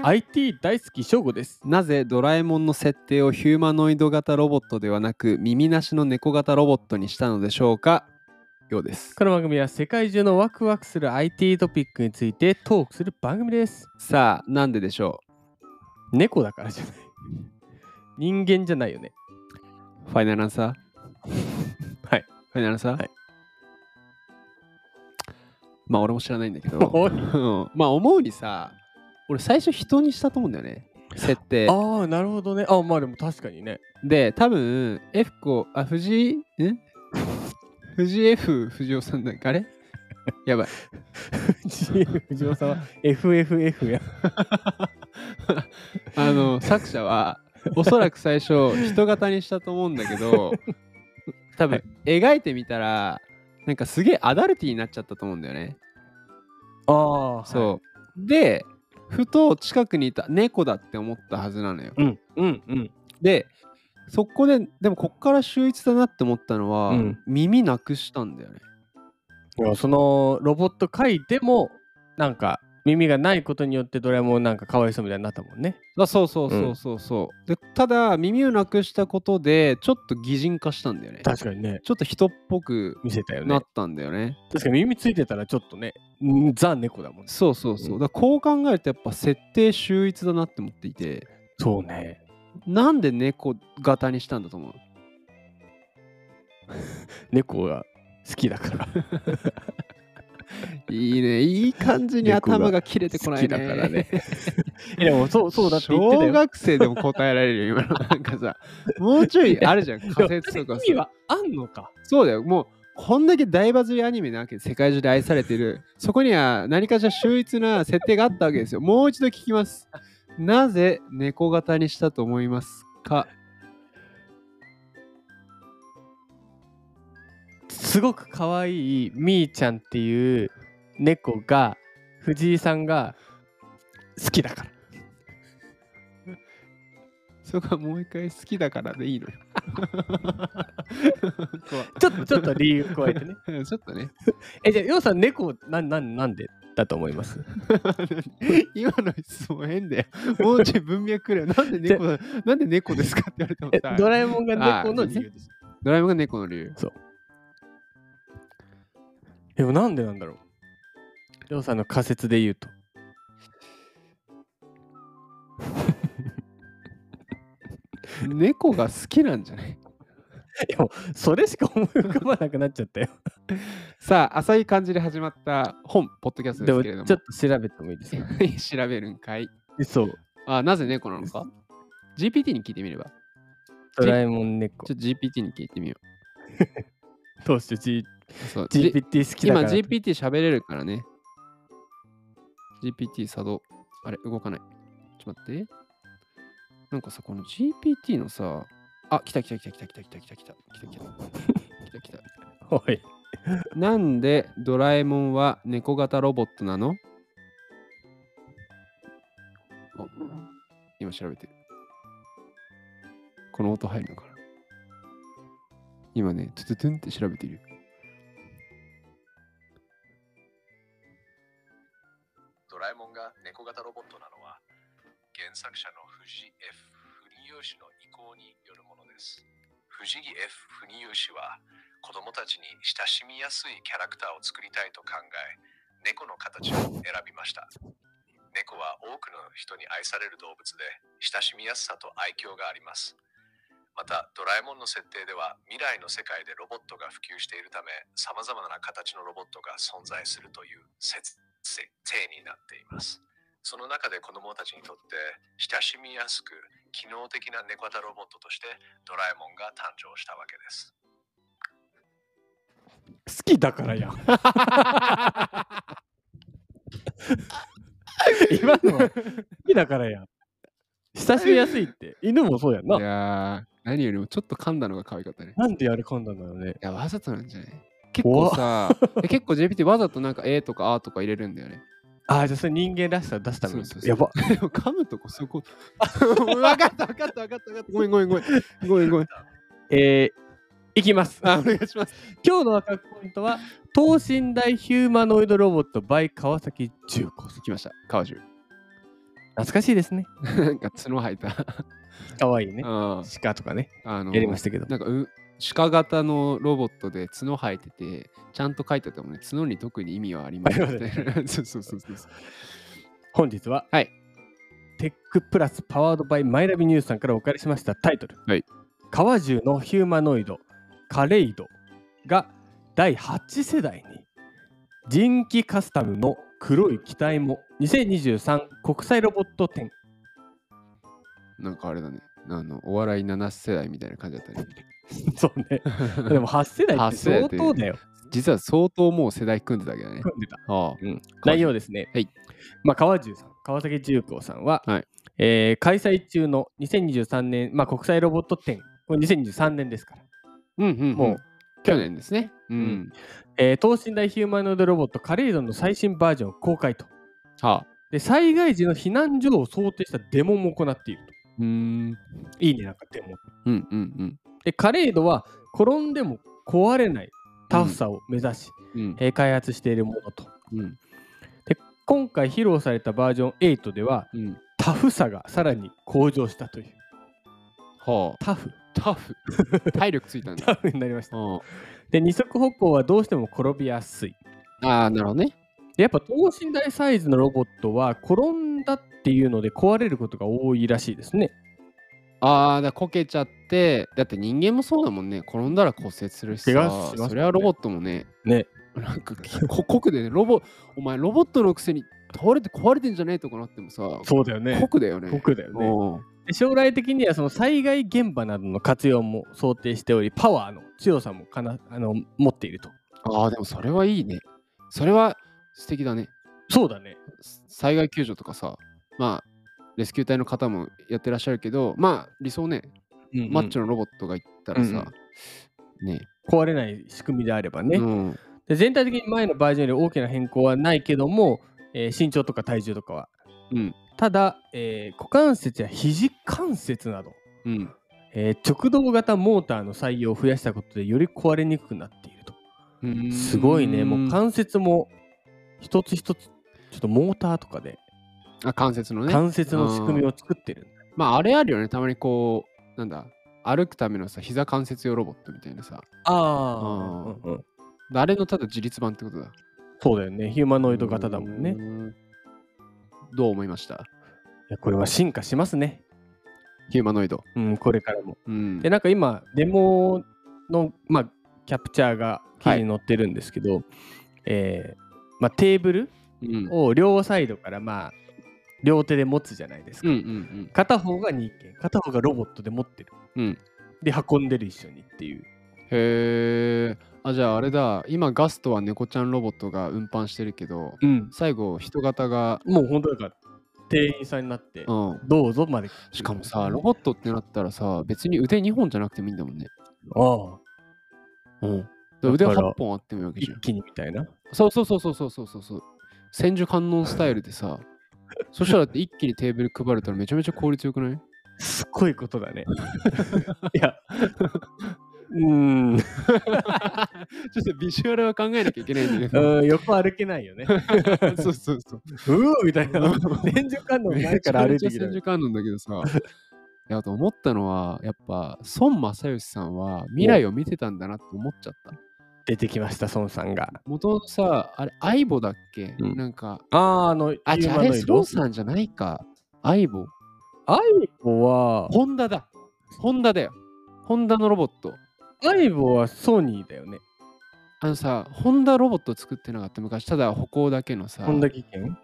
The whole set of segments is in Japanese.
IT 大好き翔吾です。 なぜドラえもんの設定をヒューマノイド型ロボットではなく耳なしの猫型ロボットにしたのでしょうか？ようです。 この番組は世界中のワクワクする IT トピックについてトークする番組です。 さあ、なんででしょ猫だからじゃない。人間じゃないよね。 う？ファイナルアンサーはい。 ファイナルアンサー、 はい。 まあ俺も知らないんだけどおいまあ思うにさ、俺最初人にしたと思うんだよね、設定ああ、なるほどね。あ、まあでも確かにね。 で。多分 F 子藤井F 藤尾さんだっけ、あれやばい藤尾さんは FFF や。 作者はおそらく最初人型にしたと思うんだけど、多分、描いてみたらなんかすげえアダルティーになっちゃったと思うんだよね。 ああ、 そう、でふと近くにいた猫だって思ったはずなのよ。 うんうんうん。 でそこででもこっから秀逸だなって思ったのは、耳なくしたんだよね。 そのロボット界でもなんか耳がないことによってドラえもんなんかかわいそうみたいになったもんね。 そう、でただ耳をなくしたことでちょっと擬人化したんだよね。 確かにね。 ちょっと人っぽく見せたよね。 なったんだよね。 確かに耳ついてたらちょっとね、ザ猫だもんね。 そう、だからこう考えるとやっぱ設定秀逸だなって思っていて。 そうね。 なんで猫型にしたんだと思う？ 猫が好きだからいいね、いい感じに頭が切れてこないね。 好きだからねでもそうだって言ってたよ。 小学生でも答えられるよ今の。なんかさ、もうちょいあるじゃん、仮説とかさ。 意味はあんのか。 そうだよ、もうこんだけ大バズりアニメなわけで世界中で愛されてる。そこには何かしら秀逸な設定があったわけですよ。もう一度聞きます。なぜ猫型にしたと思いますか？ すごく可愛いみーちゃんっていう猫が藤井さんが好きだから。 そこはもう一回好きだからでいいのよ。 ちょっと理由加えてね。 ちょっとね。 じゃあ、ようさん猫なんでだと思います？ 今の質問変だよ。もうちょい文脈くれよ。なんで猫ですかって言われてもさ。 ドラえもんが猫の理由です。 ドラえもんが猫の理由。 そう。でもなんでなんだろう。りょうさんの仮説で言うと。 猫が好きなんじゃない？ でもそれしか思い浮かばなくなっちゃったよ。 さあ、浅い感じで始まった本、ポッドキャストですけれども。 ちょっと調べてもいいですか？ 調べるんかい。 そう。 なぜ猫なのか ?GPT に聞いてみれば。 ドラえもん猫。 ちょっと GPT に聞いてみよう。どうして GPT 好きだから。 今 GPT 喋れるからね。GPT 作動。あれ、動かない。ちょっと待って。なんかさ、この GPT のさ、来た。 おい。 なんでドラえもんは猫型ロボットなの？今調べてる。この音入るのかな？今ね、トゥトゥトゥンって調べてるよ。 ドラえもんが猫型ロボットなのは原作者の藤 F フニユー氏の意向によるものです。藤木 F フニユー氏は子供たちに親しみやすいキャラクターを作りたいと考え、猫の形を選びました。猫は多くの人に愛される動物で親しみやすさと愛嬌があります。またドラえもんの設定では未来の世界でロボットが普及しているため、さまざまな形のロボットが存在するという設定になっています。その中で子供たちにとって親しみやすく機能的な猫型ロボットとしてドラえもんが誕生したわけです。 好きだからやん。今のは好きだからやん。親しみやすいって犬もそうやんな。 いやー、何よりもちょっと噛んだのが可愛かったね。 なんでやる噛んだんだろうね。 いや、わざとなんじゃない？結構さ、結構 GPT わざとなんかとかとか入れるんだよね。 じゃあそれ人間らしさ出すために。 やば。噛むとこそこ。わかった。ごめん。 いきます。 お願いします。 今日の赤ポイントは等身大ヒューマノイドロボット by 川崎重工。 来ました。川中。 懐かしいですね。 なんか角生えた。 かわいいね。 あ鹿とかね。 ややりましたけど。 なんか鹿型のロボットで角生えてて、ちゃんと書いてたもんね。角に特に意味はありませんみたいな。そうそうそうそう。 本日は、 はい。 テックプラスパワードバイマイラビニュースさんからお借りしましたタイトル。 はい。 川中のヒューマノイド、カレイドが第8世代に人気カスタムの黒い機体も2023国際ロボット展。 なんかあれだね。お笑い7世代みたいな感じだったね。 そうね。でも8世代って相当だよ。 実は相当もう世代組んでたけどね。 組んでた。 内内容ですね。 はい。 川中さん、川崎重工さんは、 はい開催中の2023年、国際ロボット展、これ2023年ですから。もう去年ですね。 等身大ヒューマノイドロボットカレイドの最新バージョンを公開と。で、災害時の避難所を想定したデモも行っていると。いいね、なんかデモ。で、カレイドは転んでも壊れないタフさを目指し、開発しているものと。で、今回披露されたバージョン8では、タフさがさらに向上したという。タフ体力ついたんだ。 タフになりました。で、二足歩行はどうしても転びやすい。 なるほどね。 やっぱ等身大サイズのロボットは転んだっていうので壊れることが多いらしいですね。 こけちゃって、だって人間もそうだもんね。転んだら骨折するしさ、それはロボットもね。なんか酷でね、お前ロボットのくせに倒れて壊れてんじゃねえとかなってもさ、 そうだよね。 酷だよね。 で、将来的にはその災害現場などの活用も想定しており、パワーの強さも持っていると。 でもそれはいいね。それは素敵だね。 そうだね。 災害救助とかさ、レスキュー隊の方もやってらっしゃるけど、理想ね、マッチョのロボットが行ったらさ、 壊れない仕組みであればね。で、全体的に前のバージョンより大きな変更はないけども、身長とか体重とかは。ただ、股関節や肘関節など、直動型モーターの採用を増やしたことでより壊れにくくなっていると。すごいね。もう関節も一つ一つちょっとモーターとかで関節のね、 関節の仕組みを作ってる。 あれあるよね。たまにこうなんだ、歩くためのさ、膝関節用ロボットみたいなさ。あれのただ自立版ってことだ。 そうだよね。ヒューマノイド型だもんね。 どう思いました？ いや、これは進化しますね。 ヒューマノイド。 これからも。で、なんか今、デモの、キャプチャーが記事に載ってるんですけど、テーブルを両サイドから両手で持つじゃないですか。片方が人間、片方がロボットで持ってる。で、運んでる一緒にっていう。 へー。じゃああれだ、今ガストは猫ちゃんロボットが運搬してるけど、最後人型がもう本当だから店員さんになって、どうぞまで。 しかもさ、ロボットってなったらさ、別に腕2本じゃなくてもいいんだもんね。腕8本あってもいいわけじゃん。 一気にみたいな。 そう。千手観音スタイルでさ、そしたら一気にテーブル配れたらめちゃめちゃ効率よくない？ すごいことだね。いや。ちょっとビジュアルは考えなきゃいけないんだけど。 横歩けないよね。 そう。 みたいな。千手観音前から歩いてきた。 千手観音だけどさ。あと思ったのは、やっぱ孫正義さんは未来を見てたんだなって思っちゃった。 出てきました、孫さんが。 元々さ、あれ、相棒だっけ？なんか。 あれ、孫さんじゃないか。相棒は、 ホンダだよ。ホンダのロボット。 相棒はソニーだよね。 ホンダロボット作ってなかった昔、ただ歩行だけのさ。 ホンダ技研？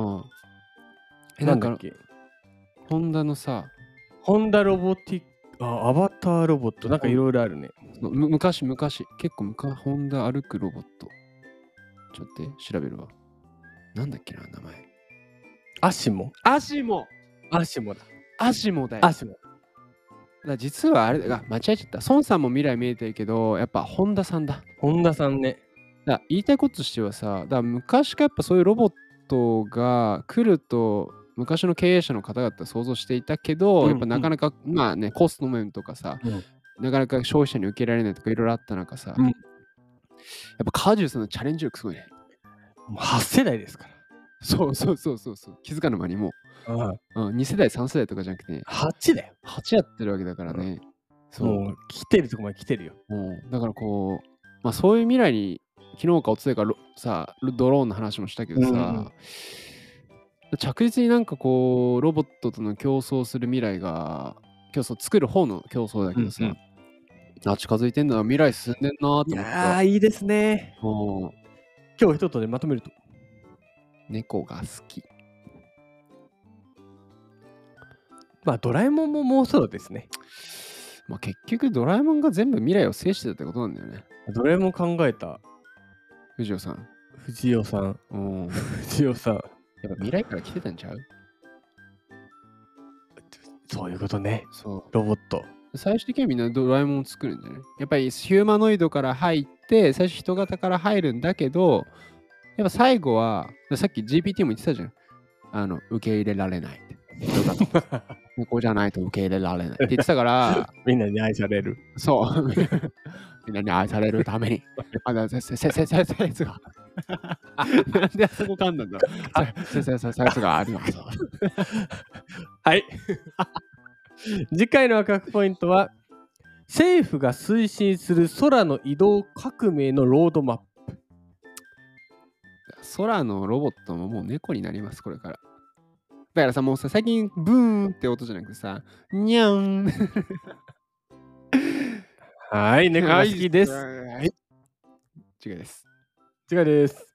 なんだっけ？ホンダのさ、 ホンダロボティック、アバターロボット、なんかいろいろあるね。 昔、結構ホンダ歩くロボット。ちょっと待って、調べるわ。なんだっけな、名前。 アシモだ。 アシモだよ。実はあれだ、間違えちゃった。孫さんも未来見えてるけど、やっぱホンダさんだ。 ホンダさんね。 言いたいこととしてはさ、昔からやっぱそういうロボットが来ると、昔の経営者の方々想像していたけど、やっぱなかなか、コストの面とかさ、なかなか消費者に受けられないとかいろいろあった中さ、やっぱカージュさんのチャレンジ力すごいね。 もう8世代ですから。 そう。気づかぬ間にも 2世代、3世代とかじゃなくて、 8だよ。 8やってるわけだからね。 もう来てるとこまで来てるよ。 だからこう、そういう未来に、昨日かおついかさ、ドローンの話もしたけどさ、着実になんかこう、ロボットとの競争する未来が、作る方の競争だけどさ、近づいてんだな、未来進んでんなと思って。 いいですね。今日一言でまとめると。 猫が好き。 ドラえもんももうそうですね。 結局ドラえもんが全部未来を制してたってことなんだよね。 ドラえもん考えた。 藤尾さん。やっぱ未来から来てたんちゃう？ そういうことね。ロボット。 最終的にはみんなドラえもんを作るんじゃない？やっぱりヒューマノイドから入って、最初人型から入るんだけど、やっぱ最後は、さっき GPT も言ってたじゃん。受け入れられないって。猫じゃないと受け入れられないって言ってたから、 みんなに愛される。 そう。みんなに愛されるために。説が。なんであそこ噛んだんだろう。説があります。 はい。次回の赤くポイントは、政府が推進する空の移動革命のロードマップ。 空のロボットももう猫になります、これから。だからさ、もうさ、最近ブーンって音じゃなくてさ、にゃん。 はい、猫が好きです。 はい。違いです。 違いです。